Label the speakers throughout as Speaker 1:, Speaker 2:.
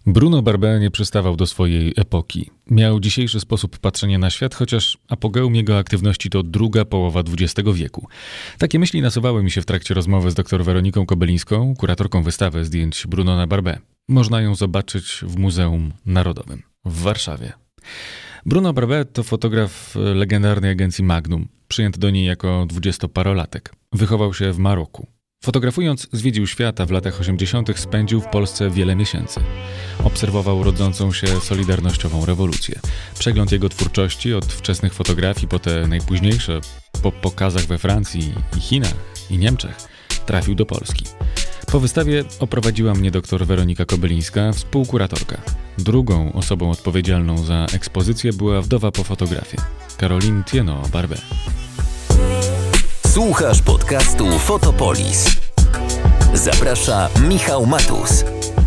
Speaker 1: Bruno Barbet nie przystawał do swojej epoki. Miał dzisiejszy sposób patrzenia na świat, chociaż apogeum jego aktywności to druga połowa XX wieku. Takie myśli nasuwały mi się w trakcie rozmowy z dr Weroniką Kobylińską, kuratorką wystawy zdjęć Brunona Barbet. Można ją zobaczyć w Muzeum Narodowym w Warszawie. Bruno Barbet to fotograf legendarnej agencji Magnum, przyjęty do niej jako 20-parolatek. Wychował się w Maroku. Fotografując zwiedził świat, a w latach 80. spędził w Polsce wiele miesięcy. Obserwował rodzącą się solidarnościową rewolucję. Przegląd jego twórczości od wczesnych fotografii po te najpóźniejsze, po pokazach we Francji i Chinach i Niemczech, trafił do Polski. Po wystawie oprowadziła mnie dr Weronika Kobylińska, współkuratorka. Drugą osobą odpowiedzialną za ekspozycję była wdowa po fotografie, Caroline Thienot-Barbet.
Speaker 2: Słuchasz podcastu Fotopolis. Zaprasza Michał Matus.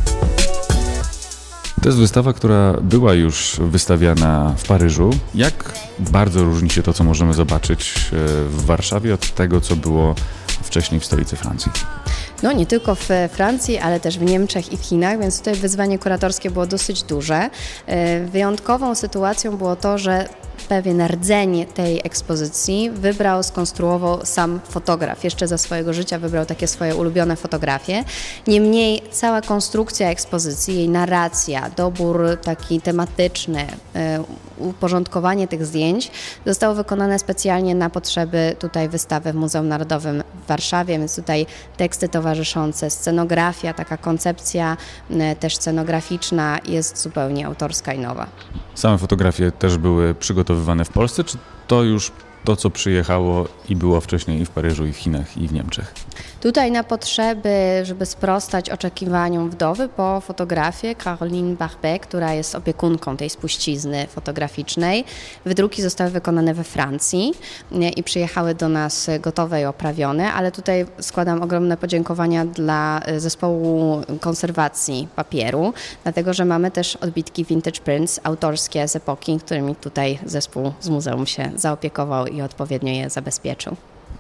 Speaker 3: To jest wystawa, która była już wystawiana w Paryżu. Jak bardzo różni się to, co możemy zobaczyć w Warszawie od tego, co było wcześniej w stolicy Francji?
Speaker 4: No nie tylko w Francji, ale też w Niemczech i w Chinach, więc tutaj wyzwanie kuratorskie było dosyć duże. Wyjątkową sytuacją było to, że pewien rdzeń tej ekspozycji skonstruował sam fotograf. Jeszcze za swojego życia wybrał takie swoje ulubione fotografie. Niemniej cała konstrukcja ekspozycji, jej narracja, dobór taki tematyczny, uporządkowanie tych zdjęć zostało wykonane specjalnie na potrzeby tutaj wystawy w Muzeum Narodowym w Warszawie, więc tutaj teksty towarzyszące, scenografia, taka koncepcja też scenograficzna jest zupełnie autorska i nowa.
Speaker 3: Same fotografie też były przygotowywane w Polsce, czy to już to, co przyjechało i było wcześniej i w Paryżu, i w Chinach, i w Niemczech?
Speaker 4: Tutaj na potrzeby, żeby sprostać oczekiwaniom wdowy po fotografię Caroline Barbet, która jest opiekunką tej spuścizny fotograficznej. Wydruki zostały wykonane we Francji i przyjechały do nas gotowe i oprawione, ale tutaj składam ogromne podziękowania dla zespołu konserwacji papieru, dlatego że mamy też odbitki vintage prints autorskie z epoki, którymi tutaj zespół z muzeum się zaopiekował i odpowiednio je zabezpieczył.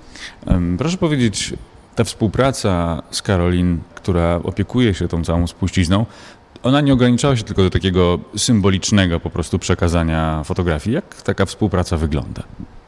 Speaker 3: Proszę powiedzieć, ta współpraca z Caroline, która opiekuje się tą całą spuścizną, ona nie ograniczała się tylko do takiego symbolicznego po prostu przekazania fotografii. Jak taka współpraca wygląda?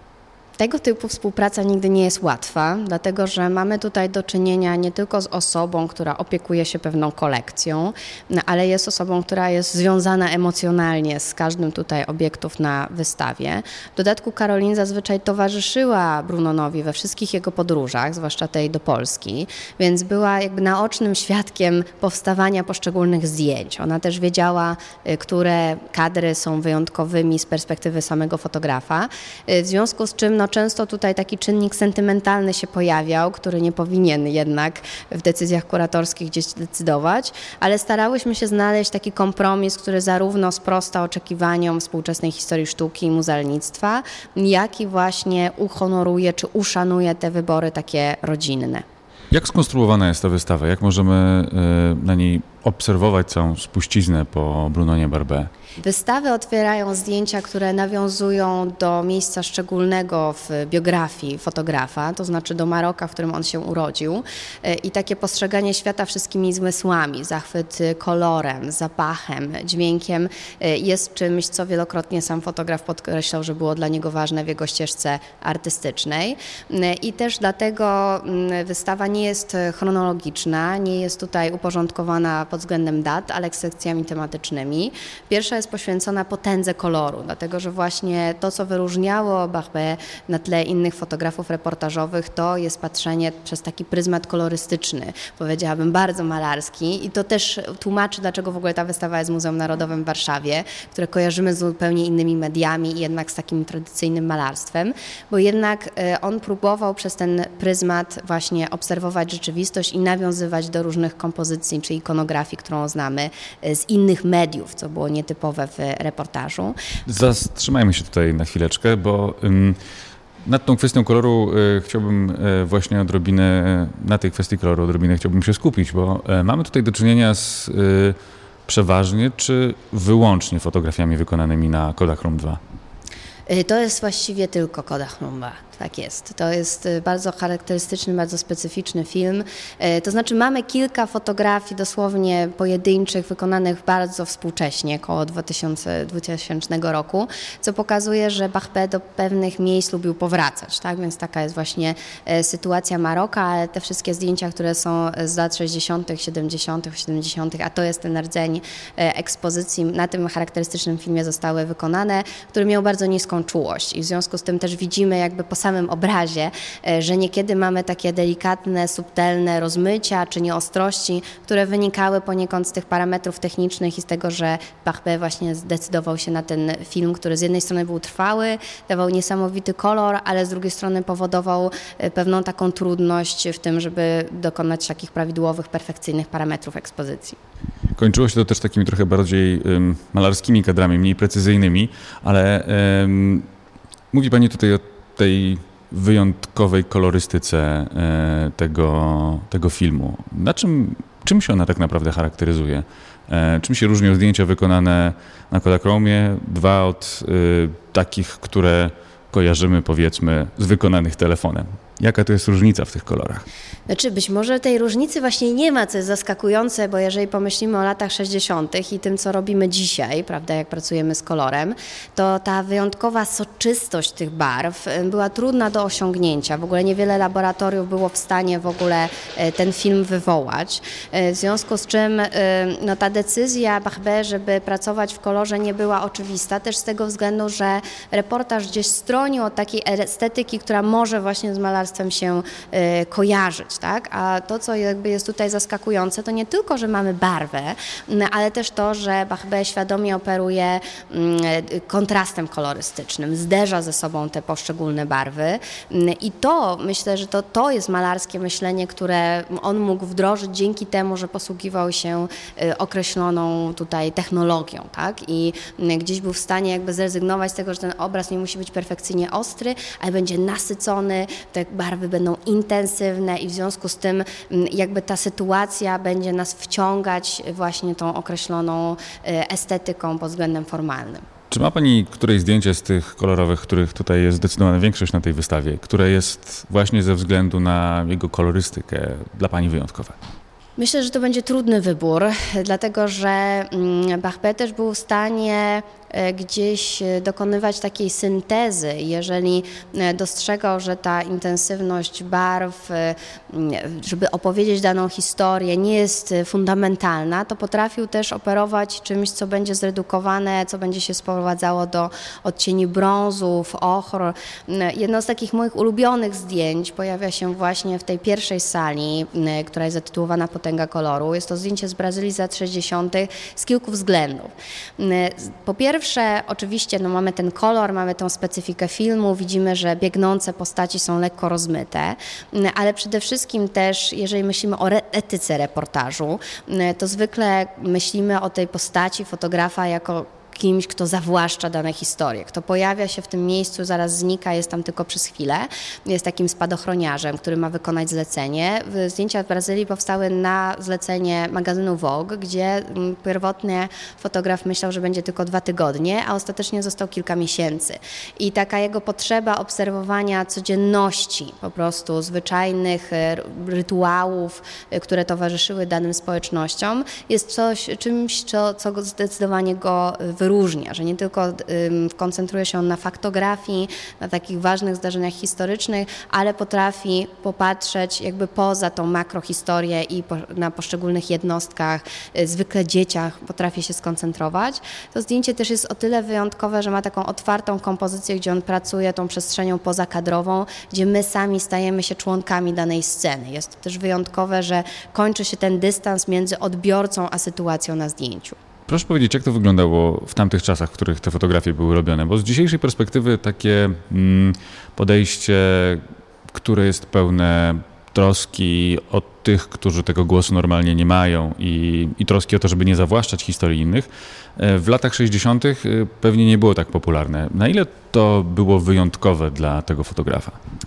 Speaker 4: Tego typu współpraca nigdy nie jest łatwa, dlatego że mamy tutaj do czynienia nie tylko z osobą, która opiekuje się pewną kolekcją, ale jest osobą, która jest związana emocjonalnie z każdym tutaj obiektów na wystawie. W dodatku Caroline zazwyczaj towarzyszyła Brunonowi we wszystkich jego podróżach, zwłaszcza tej do Polski, więc była jakby naocznym świadkiem powstawania poszczególnych zdjęć. Ona też wiedziała, które kadry są wyjątkowymi z perspektywy samego fotografa, w związku z czym często tutaj taki czynnik sentymentalny się pojawiał, który nie powinien jednak w decyzjach kuratorskich gdzieś decydować, ale starałyśmy się znaleźć taki kompromis, który zarówno sprosta oczekiwaniom współczesnej historii sztuki i muzealnictwa, jak i właśnie uhonoruje czy uszanuje te wybory takie rodzinne.
Speaker 3: Jak skonstruowana jest ta wystawa? Jak możemy na niej obserwować całą spuściznę po Brunonie Barbet?
Speaker 4: Wystawy otwierają zdjęcia, które nawiązują do miejsca szczególnego w biografii fotografa, to znaczy do Maroka, w którym on się urodził, i takie postrzeganie świata wszystkimi zmysłami, zachwyt kolorem, zapachem, dźwiękiem jest czymś, co wielokrotnie sam fotograf podkreślał, że było dla niego ważne w jego ścieżce artystycznej. I też dlatego wystawa nie jest chronologiczna, nie jest tutaj uporządkowana pod względem dat, ale sekcjami tematycznymi. Pierwsza jest poświęcona potędze koloru, dlatego że właśnie to, co wyróżniało Barbet na tle innych fotografów reportażowych, to jest patrzenie przez taki pryzmat kolorystyczny, powiedziałabym bardzo malarski, i to też tłumaczy, dlaczego w ogóle ta wystawa jest w Muzeum Narodowym w Warszawie, które kojarzymy z zupełnie innymi mediami i jednak z takim tradycyjnym malarstwem, bo jednak on próbował przez ten pryzmat właśnie obserwować rzeczywistość i nawiązywać do różnych kompozycji czy ikonografii, którą znamy z innych mediów, co było nietypowe w reportażu.
Speaker 3: Zatrzymajmy się tutaj na chwileczkę, bo nad tą kwestią koloru chciałbym właśnie na tej kwestii koloru odrobinę chciałbym się skupić, bo mamy tutaj do czynienia z przeważnie czy wyłącznie fotografiami wykonanymi na Kodachrom 2?
Speaker 4: To jest właściwie tylko Kodachrom 2. Tak jest. To jest bardzo charakterystyczny, bardzo specyficzny film. To znaczy mamy kilka fotografii dosłownie pojedynczych, wykonanych bardzo współcześnie, koło 2000 roku, co pokazuje, że Bachbe do pewnych miejsc lubił powracać. Tak? Więc taka jest właśnie sytuacja Maroka, ale te wszystkie zdjęcia, które są z lat 60., 70., a to jest ten rdzeń ekspozycji, na tym charakterystycznym filmie zostały wykonane, który miał bardzo niską czułość i w związku z tym też widzimy jakby po samym obrazie, że niekiedy mamy takie delikatne, subtelne rozmycia czy nieostrości, które wynikały poniekąd z tych parametrów technicznych i z tego, że Bachbe właśnie zdecydował się na ten film, który z jednej strony był trwały, dawał niesamowity kolor, ale z drugiej strony powodował pewną taką trudność w tym, żeby dokonać takich prawidłowych, perfekcyjnych parametrów ekspozycji.
Speaker 3: Kończyło się to też takimi trochę bardziej malarskimi kadrami, mniej precyzyjnymi, ale mówi Pani tutaj o tej wyjątkowej kolorystyce tego filmu. Czym się ona tak naprawdę charakteryzuje? Czym się różnią zdjęcia wykonane na Kodachromie, dwa od takich, które kojarzymy, powiedzmy, z wykonanych telefonem? Jaka to jest różnica w tych kolorach?
Speaker 4: Znaczy, być może tej różnicy właśnie nie ma, co jest zaskakujące, bo jeżeli pomyślimy o latach 60. i tym, co robimy dzisiaj, prawda, jak pracujemy z kolorem, to ta wyjątkowa soczystość tych barw była trudna do osiągnięcia. W ogóle niewiele laboratoriów było w stanie w ogóle ten film wywołać. W związku z czym no, ta decyzja Bachbe, żeby pracować w kolorze, nie była oczywista, też z tego względu, że reportaż gdzieś stronił od takiej estetyki, która może właśnie z malarstwem się kojarzyć. Tak? A to, co jakby jest tutaj zaskakujące, to nie tylko, że mamy barwę, ale też to, że Bachbe świadomie operuje kontrastem kolorystycznym, zderza ze sobą te poszczególne barwy i to, myślę, że to jest malarskie myślenie, które on mógł wdrożyć dzięki temu, że posługiwał się określoną tutaj technologią, tak? I gdzieś był w stanie jakby zrezygnować z tego, że ten obraz nie musi być perfekcyjnie ostry, ale będzie nasycony, te barwy będą intensywne i w związku z tym jakby ta sytuacja będzie nas wciągać właśnie tą określoną estetyką pod względem formalnym.
Speaker 3: Czy ma Pani któreś zdjęcie z tych kolorowych, których tutaj jest zdecydowana większość na tej wystawie, które jest właśnie ze względu na jego kolorystykę dla Pani wyjątkowe?
Speaker 4: Myślę, że to będzie trudny wybór, dlatego że Bachbe też był w stanie gdzieś dokonywać takiej syntezy. Jeżeli dostrzegał, że ta intensywność barw, żeby opowiedzieć daną historię, nie jest fundamentalna, to potrafił też operować czymś, co będzie zredukowane, co będzie się sprowadzało do odcieni brązów, ochr. Jedno z takich moich ulubionych zdjęć pojawia się właśnie w tej pierwszej sali, która jest zatytułowana Potęga koloru. Jest to zdjęcie z Brazylii z lat 60. z kilku względów. Po pierwsze, oczywiście mamy ten kolor, mamy tą specyfikę filmu, widzimy, że biegnące postaci są lekko rozmyte, ale przede wszystkim też, jeżeli myślimy o etyce reportażu, to zwykle myślimy o tej postaci fotografa jako kimś, kto zawłaszcza dane historie, kto pojawia się w tym miejscu, zaraz znika, jest tam tylko przez chwilę, jest takim spadochroniarzem, który ma wykonać zlecenie. Zdjęcia w Brazylii powstały na zlecenie magazynu Vogue, gdzie pierwotnie fotograf myślał, że będzie tylko 2 tygodnie, a ostatecznie został kilka miesięcy. I taka jego potrzeba obserwowania codzienności, po prostu zwyczajnych rytuałów, które towarzyszyły danym społecznościom, jest czymś, co zdecydowanie go wyróżnia, że nie tylko koncentruje się on na faktografii, na takich ważnych zdarzeniach historycznych, ale potrafi popatrzeć jakby poza tą makrohistorię i na poszczególnych jednostkach, zwykle dzieciach potrafi się skoncentrować. To zdjęcie też jest o tyle wyjątkowe, że ma taką otwartą kompozycję, gdzie on pracuje tą przestrzenią pozakadrową, gdzie my sami stajemy się członkami danej sceny. Jest to też wyjątkowe, że kończy się ten dystans między odbiorcą a sytuacją na zdjęciu.
Speaker 3: Proszę powiedzieć, jak to wyglądało w tamtych czasach, w których te fotografie były robione? Bo z dzisiejszej perspektywy takie podejście, które jest pełne troski o tych, którzy tego głosu normalnie nie mają i troski o to, żeby nie zawłaszczać historii innych, w latach 60. pewnie nie było tak popularne. Na ile to było wyjątkowe dla tego fotografa?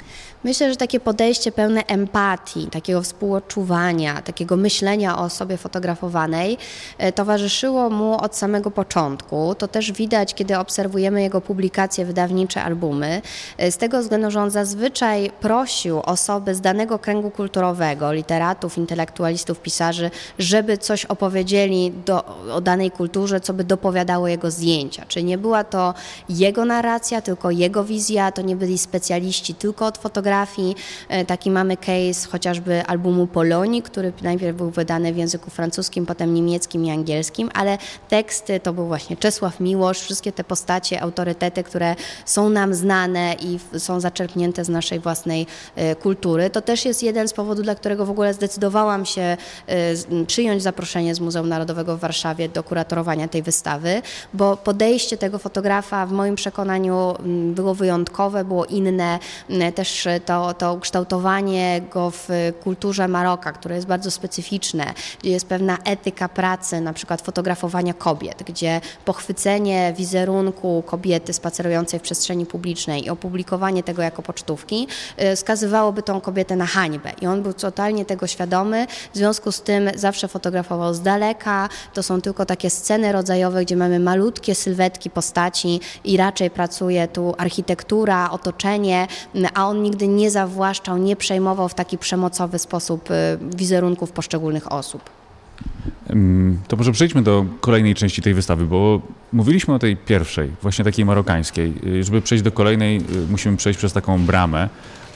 Speaker 4: Myślę, że takie podejście pełne empatii, takiego współodczuwania, takiego myślenia o osobie fotografowanej towarzyszyło mu od samego początku. To też widać, kiedy obserwujemy jego publikacje wydawnicze, albumy. Z tego względu, że on zazwyczaj prosił osoby z danego kręgu kulturowego, literatów, intelektualistów, pisarzy, żeby coś opowiedzieli o danej kulturze, co by dopowiadało jego zdjęcia. Czyli nie była to jego narracja, tylko jego wizja, to nie byli specjaliści tylko od fotografii. Taki mamy case chociażby albumu Polonii, który najpierw był wydany w języku francuskim, potem niemieckim i angielskim, ale teksty to był właśnie Czesław Miłosz, wszystkie te postacie, autorytety, które są nam znane i są zaczerpnięte z naszej własnej kultury. To też jest jeden z powodów, dla którego w ogóle zdecydowałam się przyjąć zaproszenie z Muzeum Narodowego w Warszawie do kuratorowania tej wystawy, bo podejście tego fotografa w moim przekonaniu było wyjątkowe, było inne, też to ukształtowanie go w kulturze Maroka, które jest bardzo specyficzne, gdzie jest pewna etyka pracy, na przykład fotografowania kobiet, gdzie pochwycenie wizerunku kobiety spacerującej w przestrzeni publicznej i opublikowanie tego jako pocztówki skazywałoby tą kobietę na hańbę. I on był totalnie tego świadomy, w związku z tym zawsze fotografował z daleka. To są tylko takie sceny rodzajowe, gdzie mamy malutkie sylwetki postaci i raczej pracuje tu architektura, otoczenie, a on nigdy nie zawłaszczał, nie przejmował w taki przemocowy sposób wizerunków poszczególnych osób.
Speaker 3: To może przejdźmy do kolejnej części tej wystawy, bo mówiliśmy o tej pierwszej, właśnie takiej marokańskiej. Żeby przejść do kolejnej, musimy przejść przez taką bramę.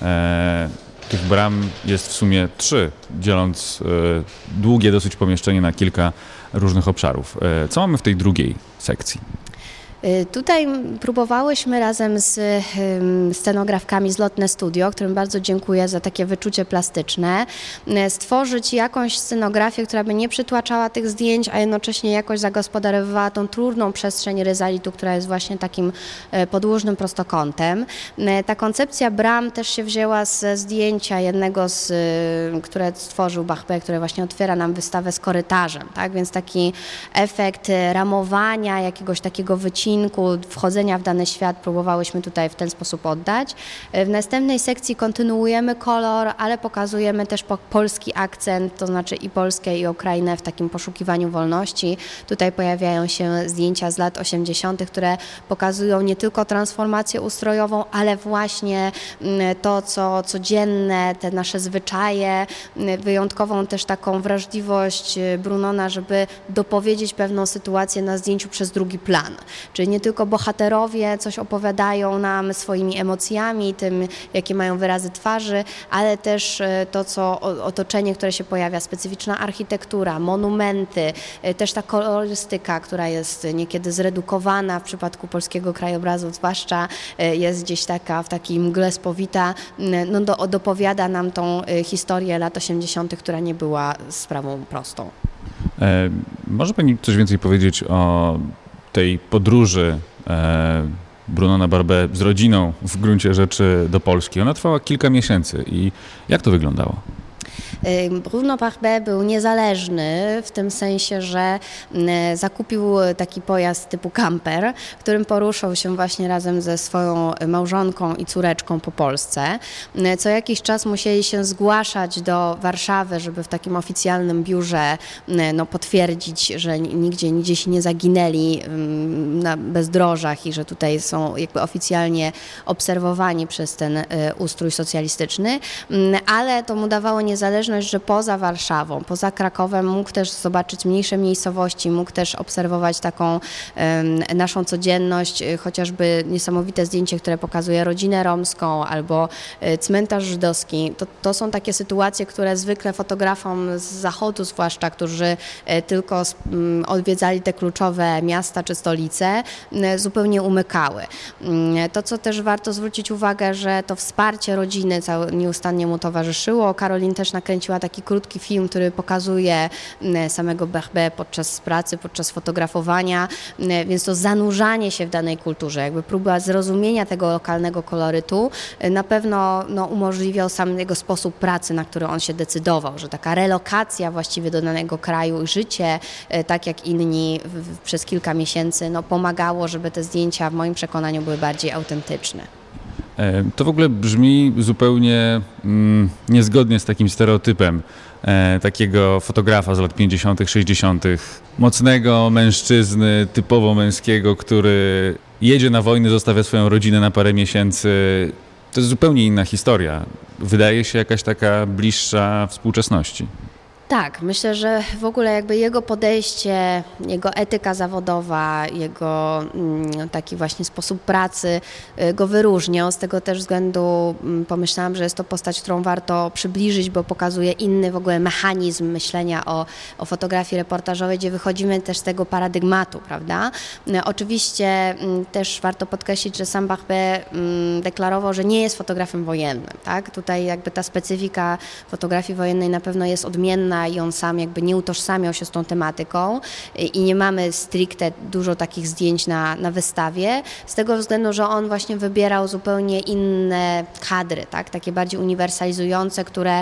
Speaker 3: Tych bram jest w sumie 3, dzieląc długie dosyć pomieszczenie na kilka różnych obszarów. Co mamy w tej drugiej sekcji?
Speaker 4: Tutaj próbowałyśmy razem z scenografkami z Lotne Studio, którym bardzo dziękuję za takie wyczucie plastyczne, stworzyć jakąś scenografię, która by nie przytłaczała tych zdjęć, a jednocześnie jakoś zagospodarowywała tą trudną przestrzeń ryzalitu, która jest właśnie takim podłużnym prostokątem. Ta koncepcja bram też się wzięła ze zdjęcia jednego, które stworzył Bachbe, które właśnie otwiera nam wystawę z korytarzem, tak? Więc taki efekt ramowania, jakiegoś takiego wycinku, wchodzenia w dany świat próbowałyśmy tutaj w ten sposób oddać. W następnej sekcji kontynuujemy kolor, ale pokazujemy też polski akcent, to znaczy i Polskę, i Ukrainę w takim poszukiwaniu wolności. Tutaj pojawiają się zdjęcia z lat 80., które pokazują nie tylko transformację ustrojową, ale właśnie to, co codzienne, te nasze zwyczaje, wyjątkową też taką wrażliwość Brunona, żeby dopowiedzieć pewną sytuację na zdjęciu przez drugi plan. Czyli nie tylko bohaterowie coś opowiadają nam swoimi emocjami, tym, jakie mają wyrazy twarzy, ale też to, co otoczenie, które się pojawia, specyficzna architektura, monumenty, też ta kolorystyka, która jest niekiedy zredukowana w przypadku polskiego krajobrazu, zwłaszcza jest gdzieś taka w takiej mgle spowita, dopowiada nam tą historię lat 80., która nie była sprawą prostą.
Speaker 3: Może Pani coś więcej powiedzieć o tej podróży Brunona Barbet z rodziną w gruncie rzeczy do Polski? Ona trwała kilka miesięcy i jak to wyglądało?
Speaker 4: Bruno Barbet był niezależny w tym sensie, że zakupił taki pojazd typu camper, którym poruszał się właśnie razem ze swoją małżonką i córeczką po Polsce. Co jakiś czas musieli się zgłaszać do Warszawy, żeby w takim oficjalnym biurze potwierdzić, że nigdzie się nie zaginęli na bezdrożach i że tutaj są jakby oficjalnie obserwowani przez ten ustrój socjalistyczny, ale to mu dawało niezależność, że poza Warszawą, poza Krakowem mógł też zobaczyć mniejsze miejscowości, mógł też obserwować taką naszą codzienność, chociażby niesamowite zdjęcie, które pokazuje rodzinę romską albo cmentarz żydowski. To są takie sytuacje, które zwykle fotografom z zachodu zwłaszcza, którzy tylko odwiedzali te kluczowe miasta czy stolice, zupełnie umykały. To, co też warto zwrócić uwagę, że to wsparcie rodziny nieustannie mu towarzyszyło. Karolin też nakręciła taki krótki film, który pokazuje samego Barbet podczas pracy, podczas fotografowania, więc to zanurzanie się w danej kulturze, jakby próba zrozumienia tego lokalnego kolorytu na pewno umożliwiał sam jego sposób pracy, na który on się decydował, że taka relokacja właściwie do danego kraju i życie, tak jak inni przez kilka miesięcy, pomagało, żeby te zdjęcia w moim przekonaniu były bardziej autentyczne.
Speaker 3: To w ogóle brzmi zupełnie niezgodnie z takim stereotypem takiego fotografa z lat 50., 60., mocnego mężczyzny, typowo męskiego, który jedzie na wojnę, zostawia swoją rodzinę na parę miesięcy. To jest zupełnie inna historia. Wydaje się jakaś taka bliższa współczesności.
Speaker 4: Tak, myślę, że w ogóle jakby jego podejście, jego etyka zawodowa, jego taki właśnie sposób pracy go wyróżniał. Z tego też względu pomyślałam, że jest to postać, którą warto przybliżyć, bo pokazuje inny w ogóle mechanizm myślenia o fotografii reportażowej, gdzie wychodzimy też z tego paradygmatu, prawda? Oczywiście też warto podkreślić, że sam Barbet deklarował, że nie jest fotografem wojennym, tak? Tutaj jakby ta specyfika fotografii wojennej na pewno jest odmienna i on sam jakby nie utożsamiał się z tą tematyką i nie mamy stricte dużo takich zdjęć na wystawie, z tego względu, że on właśnie wybierał zupełnie inne kadry, tak? Takie bardziej uniwersalizujące, które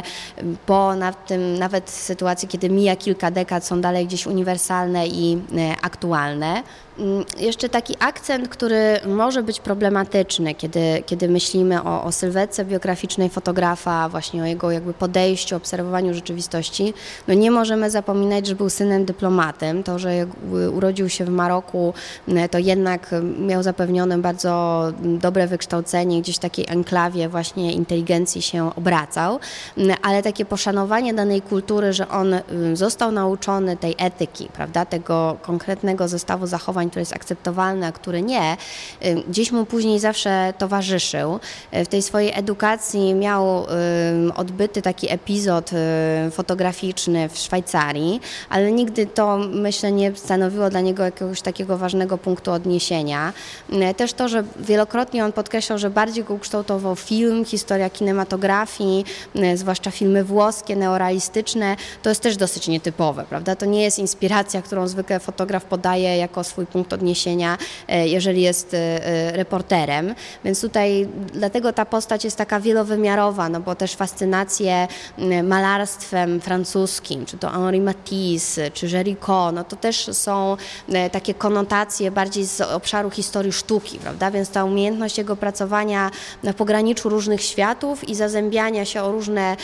Speaker 4: nawet w sytuacji, kiedy mija kilka dekad, są dalej gdzieś uniwersalne i aktualne. Jeszcze taki akcent, który może być problematyczny, kiedy myślimy o sylwetce biograficznej fotografa, właśnie o jego jakby podejściu, obserwowaniu rzeczywistości. No nie możemy zapominać, że był synem dyplomatem. To, że urodził się w Maroku, to jednak miał zapewnione bardzo dobre wykształcenie, gdzieś w takiej enklawie właśnie inteligencji się obracał, ale takie poszanowanie danej kultury, że on został nauczony tej etyki, prawda, tego konkretnego zestawu zachowań, który jest akceptowalny, a który nie, gdzieś mu później zawsze towarzyszył. W tej swojej edukacji miał odbyty taki epizod fotograficzny w Szwajcarii, ale nigdy to, myślę, nie stanowiło dla niego jakiegoś takiego ważnego punktu odniesienia. Też to, że wielokrotnie on podkreślał, że bardziej go ukształtował film, historia kinematografii, zwłaszcza filmy włoskie, neorealistyczne, to jest też dosyć nietypowe, prawda? To nie jest inspiracja, którą zwykle fotograf podaje jako swój punkt odniesienia, jeżeli jest reporterem, więc tutaj dlatego ta postać jest taka wielowymiarowa, no bo też fascynacje malarstwem francuskim, czy to Henri Matisse, czy Géricault, no to też są takie konotacje bardziej z obszaru historii sztuki, prawda, więc ta umiejętność jego pracowania na pograniczu różnych światów i zazębiania się o różne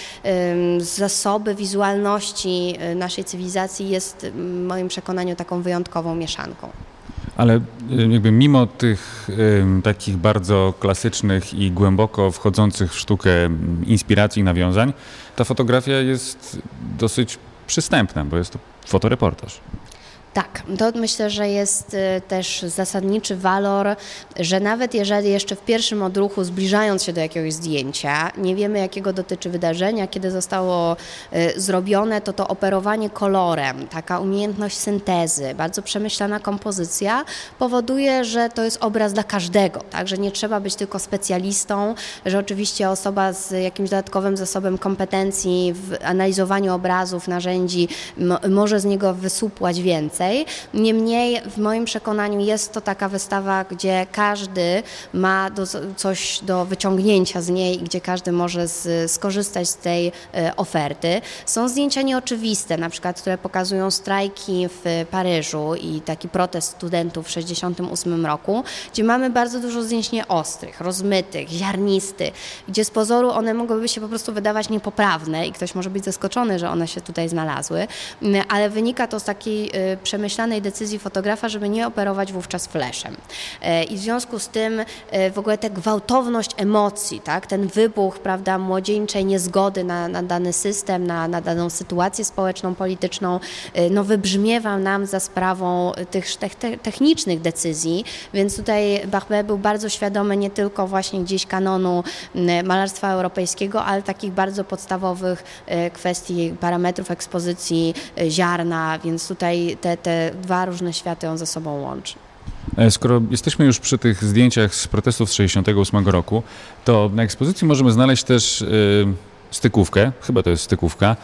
Speaker 4: zasoby wizualności naszej cywilizacji jest w moim przekonaniu taką wyjątkową mieszanką.
Speaker 3: Ale jakby mimo tych takich bardzo klasycznych i głęboko wchodzących w sztukę inspiracji i nawiązań, ta fotografia jest dosyć przystępna, bo jest to fotoreportaż.
Speaker 4: Tak, to myślę, że jest też zasadniczy walor, że nawet jeżeli jeszcze w pierwszym odruchu, zbliżając się do jakiegoś zdjęcia, nie wiemy, jakiego dotyczy wydarzenia, kiedy zostało zrobione, to operowanie kolorem, taka umiejętność syntezy, bardzo przemyślana kompozycja powoduje, że to jest obraz dla każdego, tak, że nie trzeba być tylko specjalistą, że oczywiście osoba z jakimś dodatkowym zasobem kompetencji w analizowaniu obrazów, narzędzi może z niego wysupłać więcej. Niemniej w moim przekonaniu jest to taka wystawa, gdzie każdy ma coś do wyciągnięcia z niej, gdzie każdy może skorzystać z tej oferty. Są zdjęcia nieoczywiste, na przykład, które pokazują strajki w Paryżu i taki protest studentów w 1968 roku, gdzie mamy bardzo dużo zdjęć nieostrych, rozmytych, ziarnistych, gdzie z pozoru one mogłyby się po prostu wydawać niepoprawne i ktoś może być zaskoczony, że one się tutaj znalazły, ale wynika to z takiej przemyślanej decyzji fotografa, żeby nie operować wówczas flashem. I w związku z tym w ogóle tę gwałtowność emocji, tak, ten wybuch, prawda, młodzieńczej niezgody na dany system, na daną sytuację społeczną, polityczną, no wybrzmiewa nam za sprawą tych technicznych decyzji, więc tutaj Barbet był bardzo świadomy nie tylko właśnie gdzieś kanonu malarstwa europejskiego, ale takich bardzo podstawowych kwestii, parametrów ekspozycji, ziarna, więc tutaj te dwa różne światy on ze sobą łączy.
Speaker 3: Skoro jesteśmy już przy tych zdjęciach z protestów z 1968 roku, to na ekspozycji możemy znaleźć też stykówkę, chyba to jest stykówka,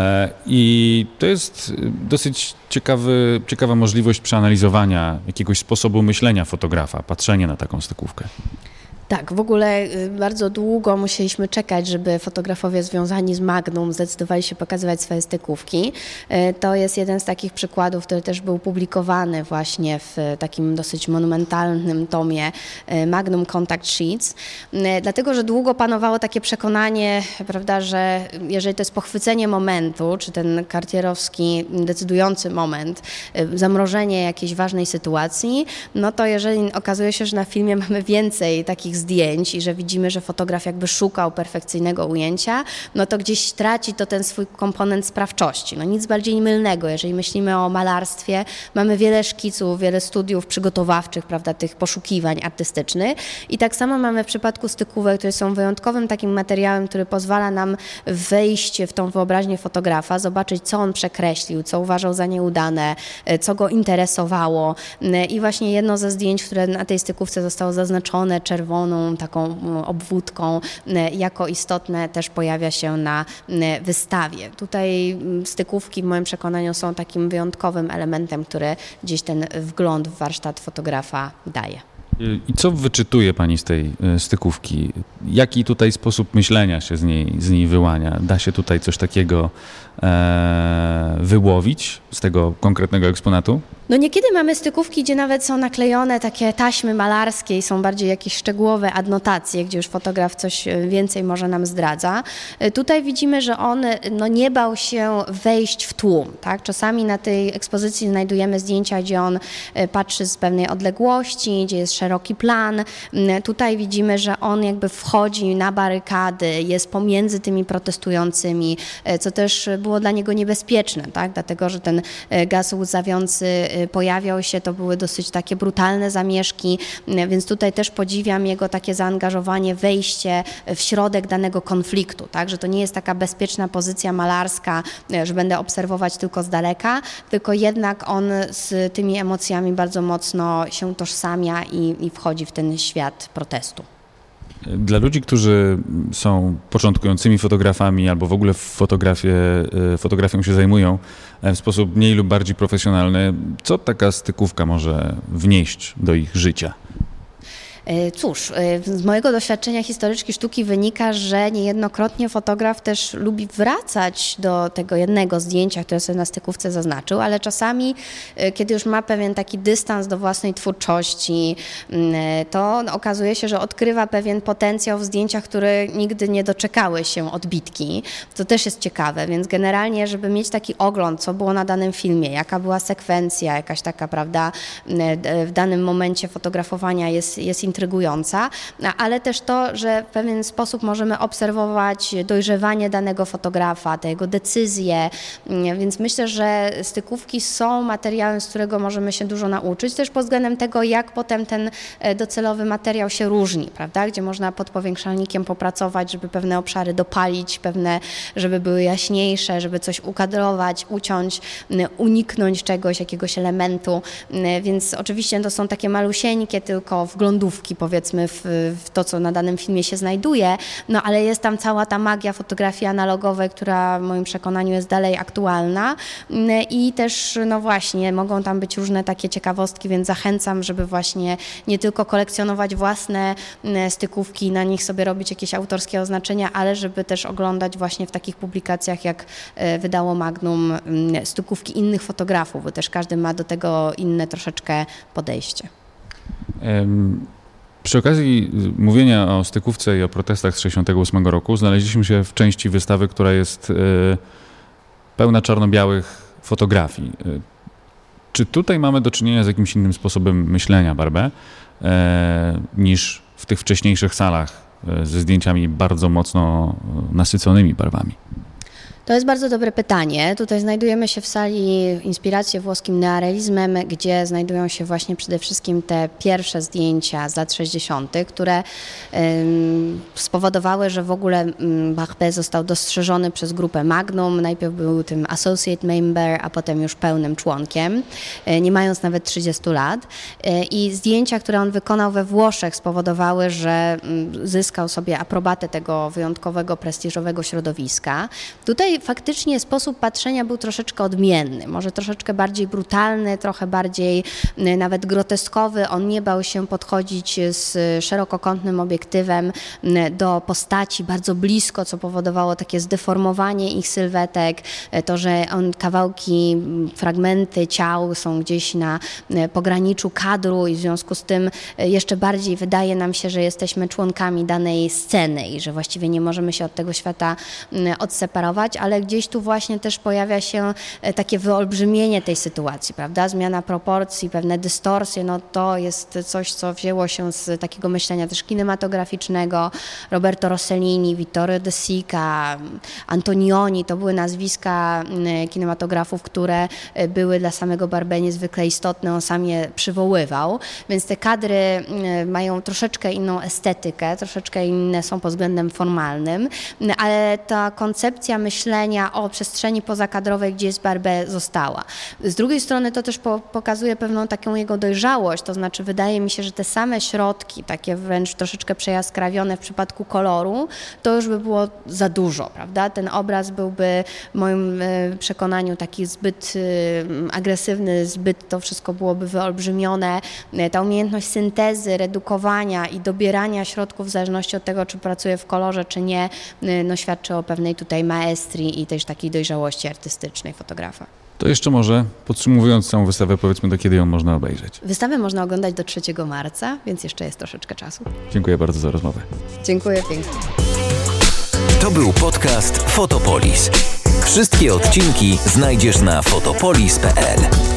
Speaker 3: i to jest dosyć ciekawa możliwość przeanalizowania jakiegoś sposobu myślenia fotografa, patrzenia na taką stykówkę.
Speaker 4: Tak, w ogóle bardzo długo musieliśmy czekać, żeby fotografowie związani z Magnum zdecydowali się pokazywać swoje stykówki. To jest jeden z takich przykładów, który też był publikowany właśnie w takim dosyć monumentalnym tomie Magnum Contact Sheets, dlatego, że długo panowało takie przekonanie, prawda, że jeżeli to jest pochwycenie momentu, czy ten kartierowski decydujący moment, zamrożenie jakiejś ważnej sytuacji, no to jeżeli okazuje się, że na filmie mamy więcej takich zdjęć i że widzimy, że fotograf jakby szukał perfekcyjnego ujęcia, no to gdzieś traci to ten swój komponent sprawczości. No nic bardziej mylnego, jeżeli myślimy o malarstwie, mamy wiele szkiców, wiele studiów przygotowawczych, prawda, tych poszukiwań artystycznych i tak samo mamy w przypadku stykówek, które są wyjątkowym takim materiałem, który pozwala nam wejść w tą wyobraźnię fotografa, zobaczyć, co on przekreślił, co uważał za nieudane, co go interesowało i właśnie jedno ze zdjęć, które na tej stykówce zostało zaznaczone czerwoną taką obwódką, jako istotne też pojawia się na wystawie. Tutaj stykówki w moim przekonaniu są takim wyjątkowym elementem, który gdzieś ten wgląd w warsztat fotografa daje.
Speaker 3: I co wyczytuje Pani z tej stykówki? Jaki tutaj sposób myślenia się z niej wyłania? Da się tutaj coś takiego wyłowić z tego konkretnego eksponatu?
Speaker 4: No niekiedy mamy stykówki, gdzie nawet są naklejone takie taśmy malarskie i są bardziej jakieś szczegółowe adnotacje, gdzie już fotograf coś więcej może nam zdradza. Tutaj widzimy, że on nie bał się wejść w tłum. Tak? Czasami na tej ekspozycji znajdujemy zdjęcia, gdzie on patrzy z pewnej odległości, gdzie jest szeroki plan. Tutaj widzimy, że on jakby wchodzi na barykady, jest pomiędzy tymi protestującymi, co też było dla niego niebezpieczne, tak? Dlatego, że ten gaz łzawiący pojawiał się, to były dosyć takie brutalne zamieszki, więc tutaj też podziwiam jego takie zaangażowanie, wejście w środek danego konfliktu, tak? Że to nie jest taka bezpieczna pozycja malarska, że będę obserwować tylko z daleka, tylko jednak on z tymi emocjami bardzo mocno się tożsamia i wchodzi w ten świat protestu.
Speaker 3: Dla ludzi, którzy są początkującymi fotografami albo w ogóle fotografią się zajmują w sposób mniej lub bardziej profesjonalny, co taka stykówka może wnieść do ich życia?
Speaker 4: Cóż, z mojego doświadczenia historyczki sztuki wynika, że niejednokrotnie fotograf też lubi wracać do tego jednego zdjęcia, które sobie na stykówce zaznaczył, ale czasami, kiedy już ma pewien taki dystans do własnej twórczości, to okazuje się, że odkrywa pewien potencjał w zdjęciach, które nigdy nie doczekały się odbitki. To też jest ciekawe, więc generalnie, żeby mieć taki ogląd, co było na danym filmie, jaka była sekwencja, jakaś taka, prawda, w danym momencie fotografowania jest intrygująca, ale też to, że w pewien sposób możemy obserwować dojrzewanie danego fotografa, te jego decyzje, więc myślę, że stykówki są materiałem, z którego możemy się dużo nauczyć, też pod względem tego, jak potem ten docelowy materiał się różni, prawda, gdzie można pod powiększalnikiem popracować, żeby pewne obszary dopalić, pewne, żeby były jaśniejsze, żeby coś ukadrować, uciąć, uniknąć czegoś, jakiegoś elementu, więc oczywiście to są takie malusieńkie tylko wglądówki, powiedzmy, w to, co na danym filmie się znajduje, no ale jest tam cała ta magia fotografii analogowej, która w moim przekonaniu jest dalej aktualna i też, no właśnie, mogą tam być różne takie ciekawostki, więc zachęcam, żeby właśnie nie tylko kolekcjonować własne stykówki, na nich sobie robić jakieś autorskie oznaczenia, ale żeby też oglądać właśnie w takich publikacjach, jak wydało Magnum, stykówki innych fotografów, bo też każdy ma do tego inne troszeczkę podejście.
Speaker 3: Przy okazji mówienia o stykówce i o protestach z 1968 roku znaleźliśmy się w części wystawy, która jest pełna czarno-białych fotografii. Czy tutaj mamy do czynienia z jakimś innym sposobem myślenia, Barbę, niż w tych wcześniejszych salach ze zdjęciami bardzo mocno nasyconymi barwami?
Speaker 4: To jest bardzo dobre pytanie. Tutaj znajdujemy się w sali Inspiracje włoskim neorealizmem, gdzie znajdują się właśnie przede wszystkim te pierwsze zdjęcia z lat 60., które spowodowały, że w ogóle Barbet został dostrzeżony przez grupę Magnum. Najpierw był tym associate member, a potem już pełnym członkiem, nie mając nawet 30 lat. I zdjęcia, które on wykonał we Włoszech, spowodowały, że zyskał sobie aprobatę tego wyjątkowego, prestiżowego środowiska. Tutaj tutaj faktycznie sposób patrzenia był troszeczkę odmienny, może troszeczkę bardziej brutalny, trochę bardziej nawet groteskowy. On nie bał się podchodzić z szerokokątnym obiektywem do postaci bardzo blisko, co powodowało takie zdeformowanie ich sylwetek, to, że kawałki, fragmenty ciał są gdzieś na pograniczu kadru i w związku z tym jeszcze bardziej wydaje nam się, że jesteśmy członkami danej sceny i że właściwie nie możemy się od tego świata odseparować, ale gdzieś tu właśnie też pojawia się takie wyolbrzymienie tej sytuacji, prawda? Zmiana proporcji, pewne dystorsje, no to jest coś, co wzięło się z takiego myślenia też kinematograficznego. Roberto Rossellini, Vittorio De Sica, Antonioni, to były nazwiska kinematografów, które były dla samego Barbé niezwykle istotne, on sam je przywoływał, więc te kadry mają troszeczkę inną estetykę, troszeczkę inne są pod względem formalnym, ale ta koncepcja myślenia o przestrzeni pozakadrowej, gdzie jest Barbé, została. Z drugiej strony to też pokazuje pewną taką jego dojrzałość, to znaczy wydaje mi się, że te same środki, takie wręcz troszeczkę przejaskrawione w przypadku koloru, to już by było za dużo, prawda? Ten obraz byłby w moim przekonaniu taki zbyt agresywny, zbyt to wszystko byłoby wyolbrzymione. Ta umiejętność syntezy, redukowania i dobierania środków w zależności od tego, czy pracuje w kolorze, czy nie, no świadczy o pewnej tutaj maestrii i też takiej dojrzałości artystycznej fotografa.
Speaker 3: To jeszcze może, podsumowując całą wystawę, powiedzmy, do kiedy ją można obejrzeć.
Speaker 4: Wystawę można oglądać do 3 marca, więc jeszcze jest troszeczkę czasu.
Speaker 3: Dziękuję bardzo za rozmowę.
Speaker 4: Dziękuję pięknie.
Speaker 2: To był podcast Fotopolis. Wszystkie odcinki znajdziesz na fotopolis.pl.